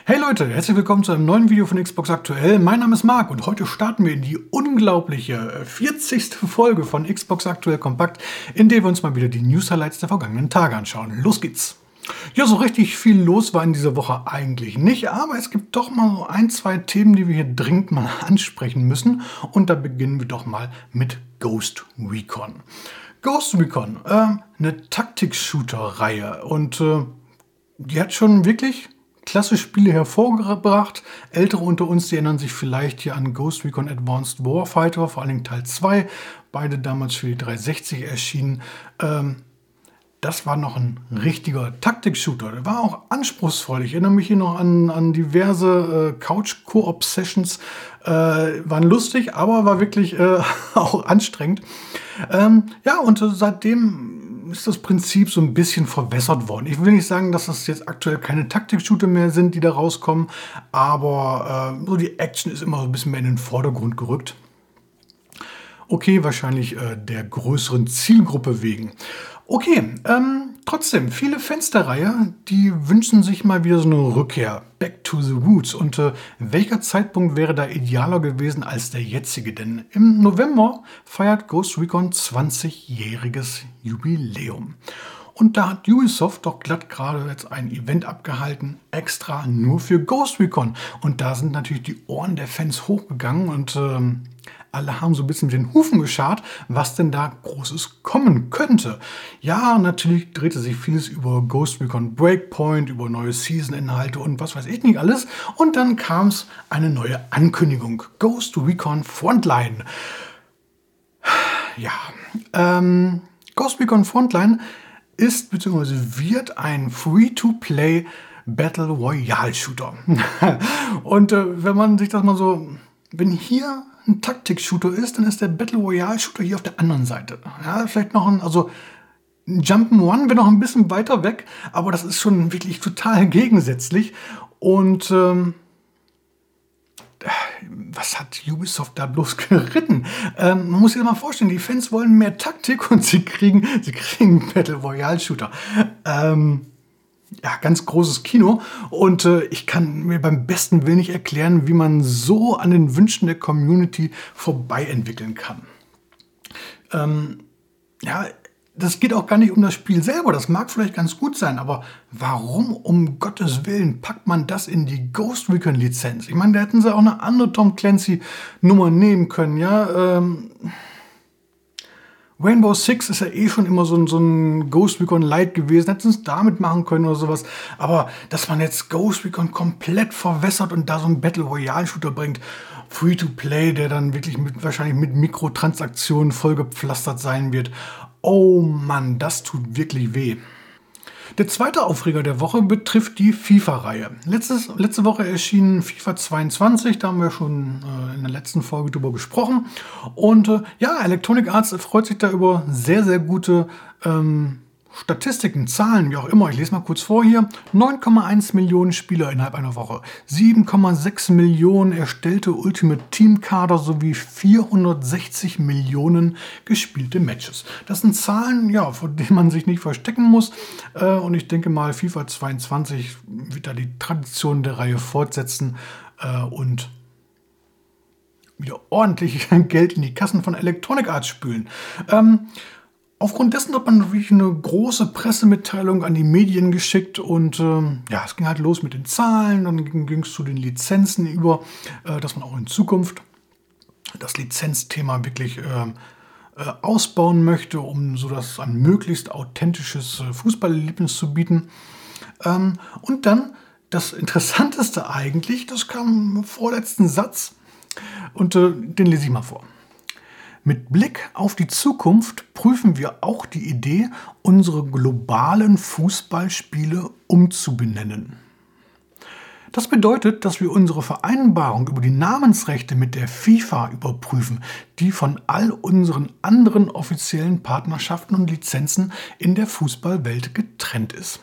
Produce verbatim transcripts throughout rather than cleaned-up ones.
Hey Leute, herzlich willkommen zu einem neuen Video von Xbox Aktuell. Mein Name ist Marc und heute starten wir in die unglaubliche vierzigste Folge von Xbox Aktuell Kompakt, in der wir uns mal wieder die News-Highlights der vergangenen Tage anschauen. Los geht's! Ja, so richtig viel los war in dieser Woche eigentlich nicht, aber es gibt doch mal so ein, zwei Themen, die wir hier dringend mal ansprechen müssen. Und da beginnen wir doch mal mit Ghost Recon. Ghost Recon, äh, eine Taktik-Shooter-Reihe und äh, die hat schon wirklich klasse Spiele hervorgebracht. Ältere unter uns, die erinnern sich vielleicht hier an Ghost Recon Advanced Warfighter, vor allen Dingen Teil zwei, beide damals für die dreihundertsechzig erschienen. Ähm, das war noch ein richtiger Taktik-Shooter. Der war auch anspruchsvoll. Ich erinnere mich hier noch an, an diverse äh, Couch-Koop-Sessions. Äh, waren lustig, aber war wirklich äh, auch anstrengend. Ähm, ja, und äh, seitdem ist das Prinzip so ein bisschen verwässert worden. Ich will nicht sagen, dass das jetzt aktuell keine Taktik-Shooter mehr sind, die da rauskommen, aber äh, so die Action ist immer so ein bisschen mehr in den Vordergrund gerückt. Okay, wahrscheinlich äh, der größeren Zielgruppe wegen. Okay, ähm, trotzdem, viele Fans der Reihe, die wünschen sich mal wieder so eine Rückkehr, back to the roots. Und äh, welcher Zeitpunkt wäre da idealer gewesen als der jetzige? Denn im November feiert Ghost Recon zwanzigjähriges Jubiläum. Und da hat Ubisoft doch glatt gerade jetzt ein Event abgehalten, extra nur für Ghost Recon. Und da sind natürlich die Ohren der Fans hochgegangen und ähm, alle haben so ein bisschen mit den Hufen geschart, was denn da Großes kommen könnte. Ja, natürlich drehte sich vieles über Ghost Recon Breakpoint, über neue Season-Inhalte und was weiß ich nicht alles. Und dann kam es eine neue Ankündigung. Ghost Recon Frontline. Ja, ähm, Ghost Recon Frontline ist bzw. wird ein Free-to-Play Battle Royale Shooter. Und äh, wenn man sich das mal so, wenn hier ein Taktik-Shooter ist, dann ist der Battle Royale Shooter hier auf der anderen Seite. Ja, vielleicht noch ein, also ein Jump'n'One wäre noch ein bisschen weiter weg, aber das ist schon wirklich total gegensätzlich. Und ähm, was hat Ubisoft da bloß geritten? Ähm, man muss sich das mal vorstellen, die Fans wollen mehr Taktik und sie kriegen, sie kriegen einen Battle Royale Shooter. Ähm, Ja, ganz großes Kino und äh, ich kann mir beim besten Willen nicht erklären, wie man so an den Wünschen der Community vorbei entwickeln kann. Ähm, ja, das geht auch gar nicht um das Spiel selber, das mag vielleicht ganz gut sein, aber warum um Gottes Willen packt man das in die Ghost Recon Lizenz? Ich meine, da hätten sie auch eine andere Tom Clancy Nummer nehmen können, ja, ähm... Rainbow Six ist ja eh schon immer so ein, so ein Ghost Recon Light gewesen. Hätten sie es damit machen können oder sowas. Aber dass man jetzt Ghost Recon komplett verwässert und da so einen Battle Royale Shooter bringt, Free-to-Play, der dann wirklich mit, wahrscheinlich mit Mikrotransaktionen vollgepflastert sein wird. Oh Mann, das tut wirklich weh. Der zweite Aufreger der Woche betrifft die FIFA-Reihe. Letztes, letzte Woche erschien FIFA zweiundzwanzig, da haben wir schon äh, in der letzten Folge drüber gesprochen. Und äh, ja, Electronic Arts freut sich da über sehr, sehr gute ähm, Statistiken, Zahlen, wie auch immer. Ich lese mal kurz vor hier. neun Komma eins Millionen Spieler innerhalb einer Woche, sieben Komma sechs Millionen erstellte Ultimate Team Kader sowie vierhundertsechzig Millionen gespielte Matches. Das sind Zahlen, ja, vor denen man sich nicht verstecken muss. Äh, und ich denke mal, FIFA zweiundzwanzig wird da die Tradition der Reihe fortsetzen äh, und wieder ordentlich Geld in die Kassen von Electronic Arts spülen. Ähm, Aufgrund dessen hat man wirklich eine große Pressemitteilung an die Medien geschickt und ähm, ja, es ging halt los mit den Zahlen, dann ging es zu den Lizenzen über, äh, dass man auch in Zukunft das Lizenzthema wirklich äh, äh, ausbauen möchte, um so das ein möglichst authentisches äh, Fußballerlebnis zu bieten. Ähm, und dann das Interessanteste eigentlich, das kam im vorletzten Satz und äh, den lese ich mal vor. Mit Blick auf die Zukunft prüfen wir auch die Idee, unsere globalen Fußballspiele umzubenennen. Das bedeutet, dass wir unsere Vereinbarung über die Namensrechte mit der FIFA überprüfen, die von all unseren anderen offiziellen Partnerschaften und Lizenzen in der Fußballwelt getrennt ist.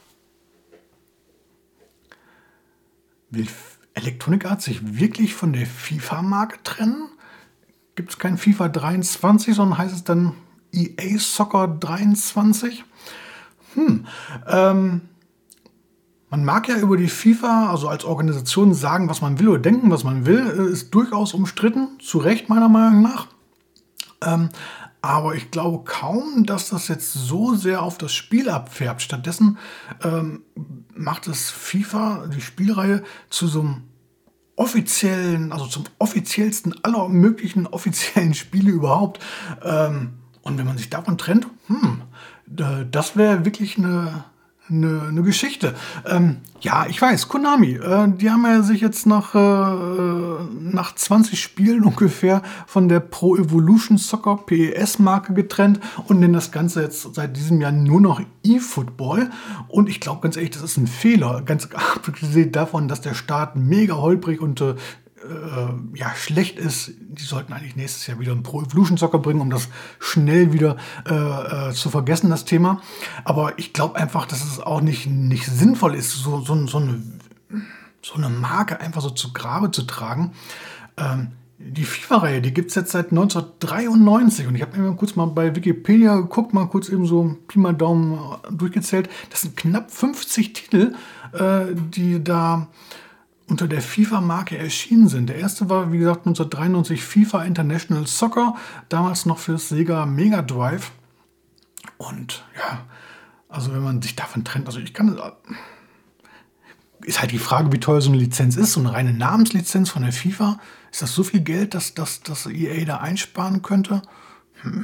Will Electronic Arts sich wirklich von der FIFA-Marke trennen? Gibt es kein FIFA dreiundzwanzig, sondern heißt es dann E A Soccer dreiundzwanzig? Hm, ähm, Man mag ja über die FIFA, also als Organisation, sagen, was man will oder denken, was man will, äh, ist durchaus umstritten, zu Recht meiner Meinung nach. Ähm, aber ich glaube kaum, dass das jetzt so sehr auf das Spiel abfärbt. Stattdessen ähm, macht es FIFA, die Spielreihe, zu so einem offiziellen, also zum offiziellsten aller möglichen offiziellen Spiele überhaupt. Ähm, und wenn man sich davon trennt, hm, äh, das wäre wirklich eine, eine, eine Geschichte. Ähm, ja, ich weiß, Konami, äh, die haben ja sich jetzt nach, äh, nach zwanzig Spielen ungefähr von der Pro Evolution Soccer P E S-Marke getrennt und nennen das Ganze jetzt seit diesem Jahr nur noch eFootball. Und ich glaube ganz ehrlich, das ist ein Fehler. Ganz abgesehen davon, dass der Start mega holprig und äh, äh, ja, schlecht ist. Die sollten eigentlich nächstes Jahr wieder einen Pro Evolution Soccer bringen, um das schnell wieder äh, äh, zu vergessen, das Thema. Aber ich glaube einfach, dass es auch nicht, nicht sinnvoll ist, so, so, so, eine, so eine Marke einfach so zu Grabe zu tragen. Ähm, die FIFA-Reihe, die gibt es jetzt seit neunzehnhundertdreiundneunzig und ich habe mir kurz mal bei Wikipedia geguckt, mal kurz eben so Pi mal Daumen durchgezählt. Das sind knapp fünfzig Titel, äh, die da unter der FIFA-Marke erschienen sind. Der erste war, wie gesagt, neunzehnhundertdreiundneunzig FIFA International Soccer, damals noch fürs Sega Mega Drive. Und ja, also wenn man sich davon trennt, also ich kann, ist halt die Frage, wie teuer so eine Lizenz ist, so eine reine Namenslizenz von der FIFA. Ist das so viel Geld, dass, dass, dass E A da einsparen könnte? Hm.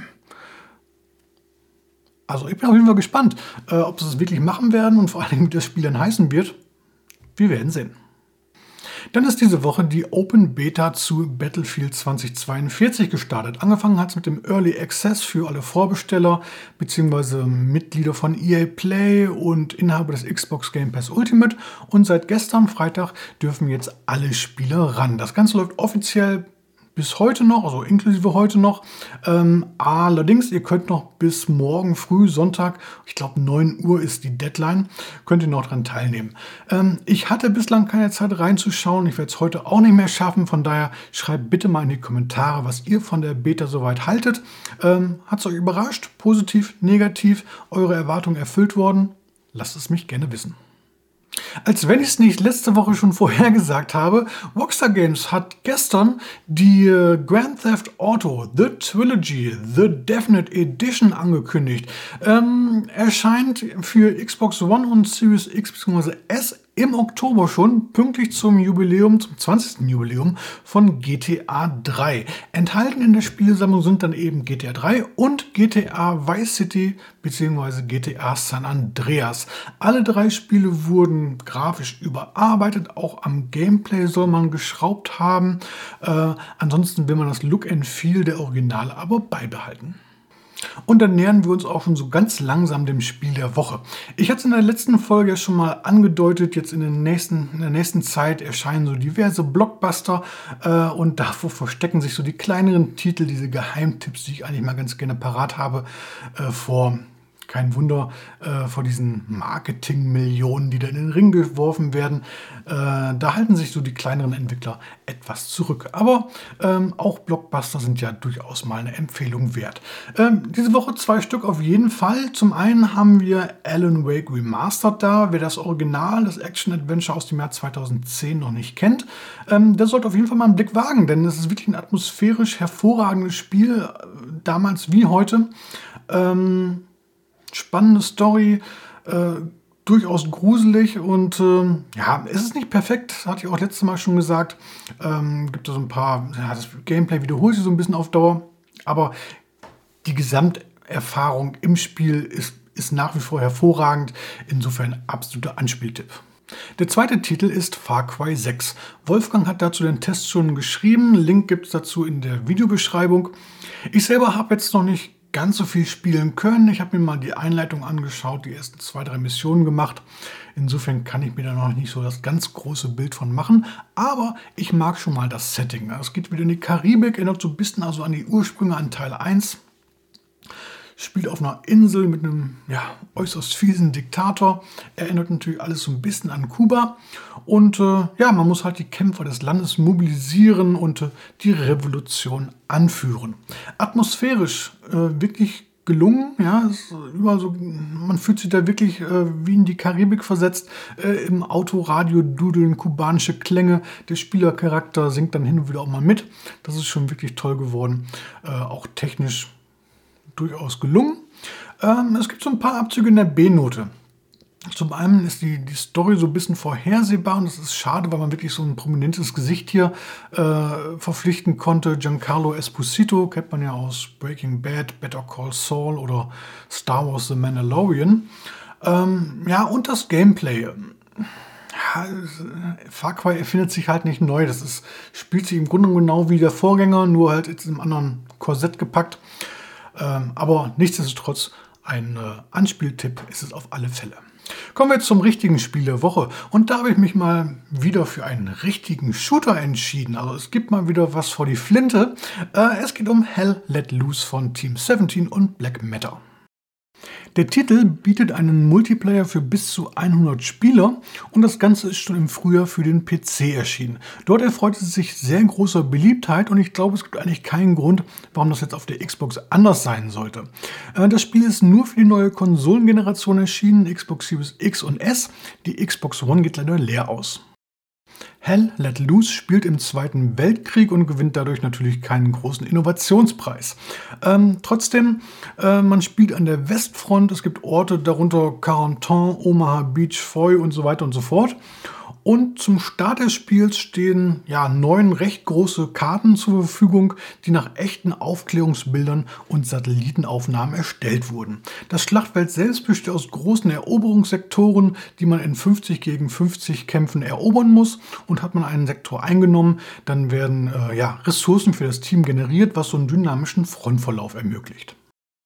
Also ich bin auf jeden Fall gespannt, äh, ob sie es wirklich machen werden und vor allem, wie das Spiel dann heißen wird. Wir werden sehen. Dann ist diese Woche die Open Beta zu Battlefield zweitausendzweiundvierzig gestartet. Angefangen hat es mit dem Early Access für alle Vorbesteller bzw. Mitglieder von E A Play und Inhaber des Xbox Game Pass Ultimate. Und seit gestern, Freitag, dürfen jetzt alle Spieler ran. Das Ganze läuft offiziell bis heute noch, also inklusive heute noch. Ähm, allerdings, ihr könnt noch bis morgen früh, Sonntag, ich glaube neun Uhr ist die Deadline, könnt ihr noch dran teilnehmen. Ähm, ich hatte bislang keine Zeit reinzuschauen, ich werde es heute auch nicht mehr schaffen, von daher schreibt bitte mal in die Kommentare, was ihr von der Beta soweit haltet. Ähm, hat es euch überrascht? Positiv, negativ? Eure Erwartungen erfüllt worden? Lasst es mich gerne wissen. Als wenn ich es nicht letzte Woche schon vorhergesagt habe, Rockstar Games hat gestern die äh, Grand Theft Auto The Trilogy The Definite Edition angekündigt. Ähm, erscheint für Xbox One und Series X bzw. S im Oktober schon, pünktlich zum Jubiläum, zum zwanzigsten Jubiläum von G T A drei. Enthalten in der Spielsammlung sind dann eben G T A drei und G T A Vice City bzw. G T A San Andreas. Alle drei Spiele wurden grafisch überarbeitet, auch am Gameplay soll man geschraubt haben. Äh, ansonsten will man das Look and Feel der Originale aber beibehalten. Und dann nähern wir uns auch schon so ganz langsam dem Spiel der Woche. Ich hatte es in der letzten Folge ja schon mal angedeutet, jetzt in, den nächsten, in der nächsten Zeit erscheinen so diverse Blockbuster äh, und davor verstecken sich so die kleineren Titel, diese Geheimtipps, die ich eigentlich mal ganz gerne parat habe, äh, vor. Kein Wunder, äh, vor diesen Marketing-Millionen, die da in den Ring geworfen werden. Äh, da halten sich so die kleineren Entwickler etwas zurück. Aber ähm, auch Blockbuster sind ja durchaus mal eine Empfehlung wert. Ähm, diese Woche zwei Stück auf jeden Fall. Zum einen haben wir Alan Wake Remastered da. Wer das Original, das Action-Adventure aus dem Jahr zweitausendzehn noch nicht kennt, ähm, der sollte auf jeden Fall mal einen Blick wagen, denn es ist wirklich ein atmosphärisch hervorragendes Spiel, damals wie heute. Ähm, Spannende Story, äh, durchaus gruselig und äh, ja, es ist nicht perfekt, hatte ich auch letztes Mal schon gesagt. Ähm, gibt es so ein paar, ja, das Gameplay wiederholt sich so ein bisschen auf Dauer, aber die Gesamterfahrung im Spiel ist, ist nach wie vor hervorragend, insofern absoluter Anspieltipp. Der zweite Titel ist Far Cry sechs. Wolfgang hat dazu den Test schon geschrieben, Link gibt es dazu in der Videobeschreibung. Ich selber habe jetzt noch nicht ganz so viel spielen können. Ich habe mir mal die Einleitung angeschaut, die ersten zwei, drei Missionen gemacht. Insofern kann ich mir da noch nicht so das ganz große Bild von machen. Aber ich mag schon mal das Setting. Es geht wieder in die Karibik, erinnert so ein bisschen also an die Ursprünge an Teil eins. Spielt auf einer Insel mit einem ja, äußerst fiesen Diktator. Erinnert natürlich alles so ein bisschen an Kuba. Und äh, ja, man muss halt die Kämpfer des Landes mobilisieren und äh, die Revolution anführen. Atmosphärisch äh, wirklich gelungen. Ja, es ist überall so, man fühlt sich da wirklich äh, wie in die Karibik versetzt. Äh, Im Autoradio dudeln kubanische Klänge. Der Spielercharakter singt dann hin und wieder auch mal mit. Das ist schon wirklich toll geworden. Äh, auch technisch durchaus gelungen. Ähm, es gibt so ein paar Abzüge in der B-Note. Zum einen ist die, die Story so ein bisschen vorhersehbar und das ist schade, weil man wirklich so ein prominentes Gesicht hier äh, verpflichten konnte. Giancarlo Esposito kennt man ja aus Breaking Bad, Better Call Saul oder Star Wars The Mandalorian. Ähm, ja, und das Gameplay. Ja, Far Cry erfindet sich halt nicht neu. Das ist, spielt sich im Grunde genau wie der Vorgänger, nur halt jetzt im anderen Korsett gepackt. Ähm, aber nichtsdestotrotz ein äh, Anspieltipp ist es auf alle Fälle. Kommen wir jetzt zum richtigen Spiel der Woche. Und da habe ich mich mal wieder für einen richtigen Shooter entschieden. Also es gibt mal wieder was vor die Flinte. Äh, es geht um Hell Let Loose von Team siebzehn und Black Matter. Der Titel bietet einen Multiplayer für bis zu hundert Spieler und das Ganze ist schon im Frühjahr für den P C erschienen. Dort erfreut es sich sehr großer Beliebtheit und ich glaube, es gibt eigentlich keinen Grund, warum das jetzt auf der Xbox anders sein sollte. Das Spiel ist nur für die neue Konsolengeneration erschienen, Xbox Series X und S. Die Xbox One geht leider leer aus. Hell Let Loose spielt im Zweiten Weltkrieg und gewinnt dadurch natürlich keinen großen Innovationspreis. Ähm, trotzdem, äh, man spielt an der Westfront, es gibt Orte, darunter Carentan, Omaha Beach, Foy und so weiter und so fort. Und zum Start des Spiels stehen ja, neun recht große Karten zur Verfügung, die nach echten Aufklärungsbildern und Satellitenaufnahmen erstellt wurden. Das Schlachtfeld selbst besteht aus großen Eroberungssektoren, die man in fünfzig gegen fünfzig Kämpfen erobern muss. Und hat man einen Sektor eingenommen, dann werden äh, ja, Ressourcen für das Team generiert, was so einen dynamischen Frontverlauf ermöglicht.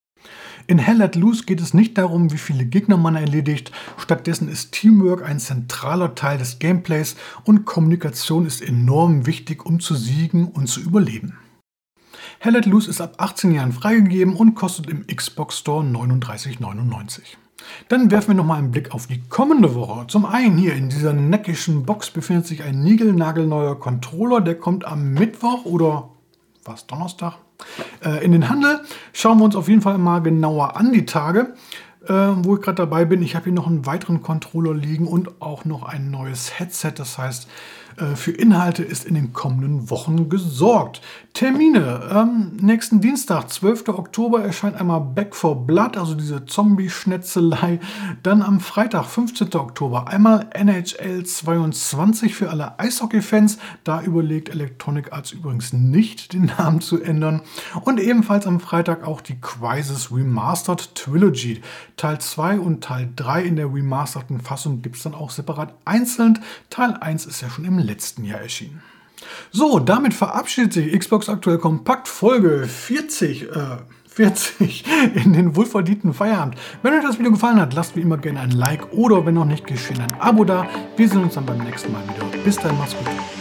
In Hell Let Loose geht es nicht darum, wie viele Gegner man erledigt, stattdessen ist Teamwork ein zentraler Teil des Gameplays und Kommunikation ist enorm wichtig, um zu siegen und zu überleben. Hell Let Loose ist ab achtzehn Jahren freigegeben und kostet im Xbox Store neununddreißig neunundneunzig. Dann werfen wir nochmal einen Blick auf die kommende Woche. Zum einen hier in dieser neckischen Box befindet sich ein niegelnagelneuer Controller, der kommt am Mittwoch oder was, Donnerstag? Äh, in den Handel. Schauen wir uns auf jeden Fall mal genauer an die Tage, äh, wo ich gerade dabei bin. Ich habe hier noch einen weiteren Controller liegen und auch noch ein neues Headset. Das heißt, äh, für Inhalte ist in den kommenden Wochen gesorgt. Termine. Ähm, nächsten Dienstag, zwölften Oktober, erscheint einmal Back four Blood, also diese Zombie-Schnetzelei. Dann am Freitag, fünfzehnten Oktober, einmal N H L zweiundzwanzig für alle Eishockey-Fans. Da überlegt Electronic Arts übrigens nicht, den Namen zu ändern. Und ebenfalls am Freitag auch die Crysis Remastered Trilogy. Teil zwei und Teil drei in der remasterten Fassung gibt es dann auch separat einzeln. Teil eins ist ja schon im letzten Jahr erschienen. So, damit verabschiedet sich Xbox Aktuell Kompakt Folge vierzig, äh, vierzig in den wohlverdienten Feierabend. Wenn euch das Video gefallen hat, lasst wie immer gerne ein Like oder wenn noch nicht geschehen, ein Abo da. Wir sehen uns dann beim nächsten Mal wieder. Bis dahin, macht's gut.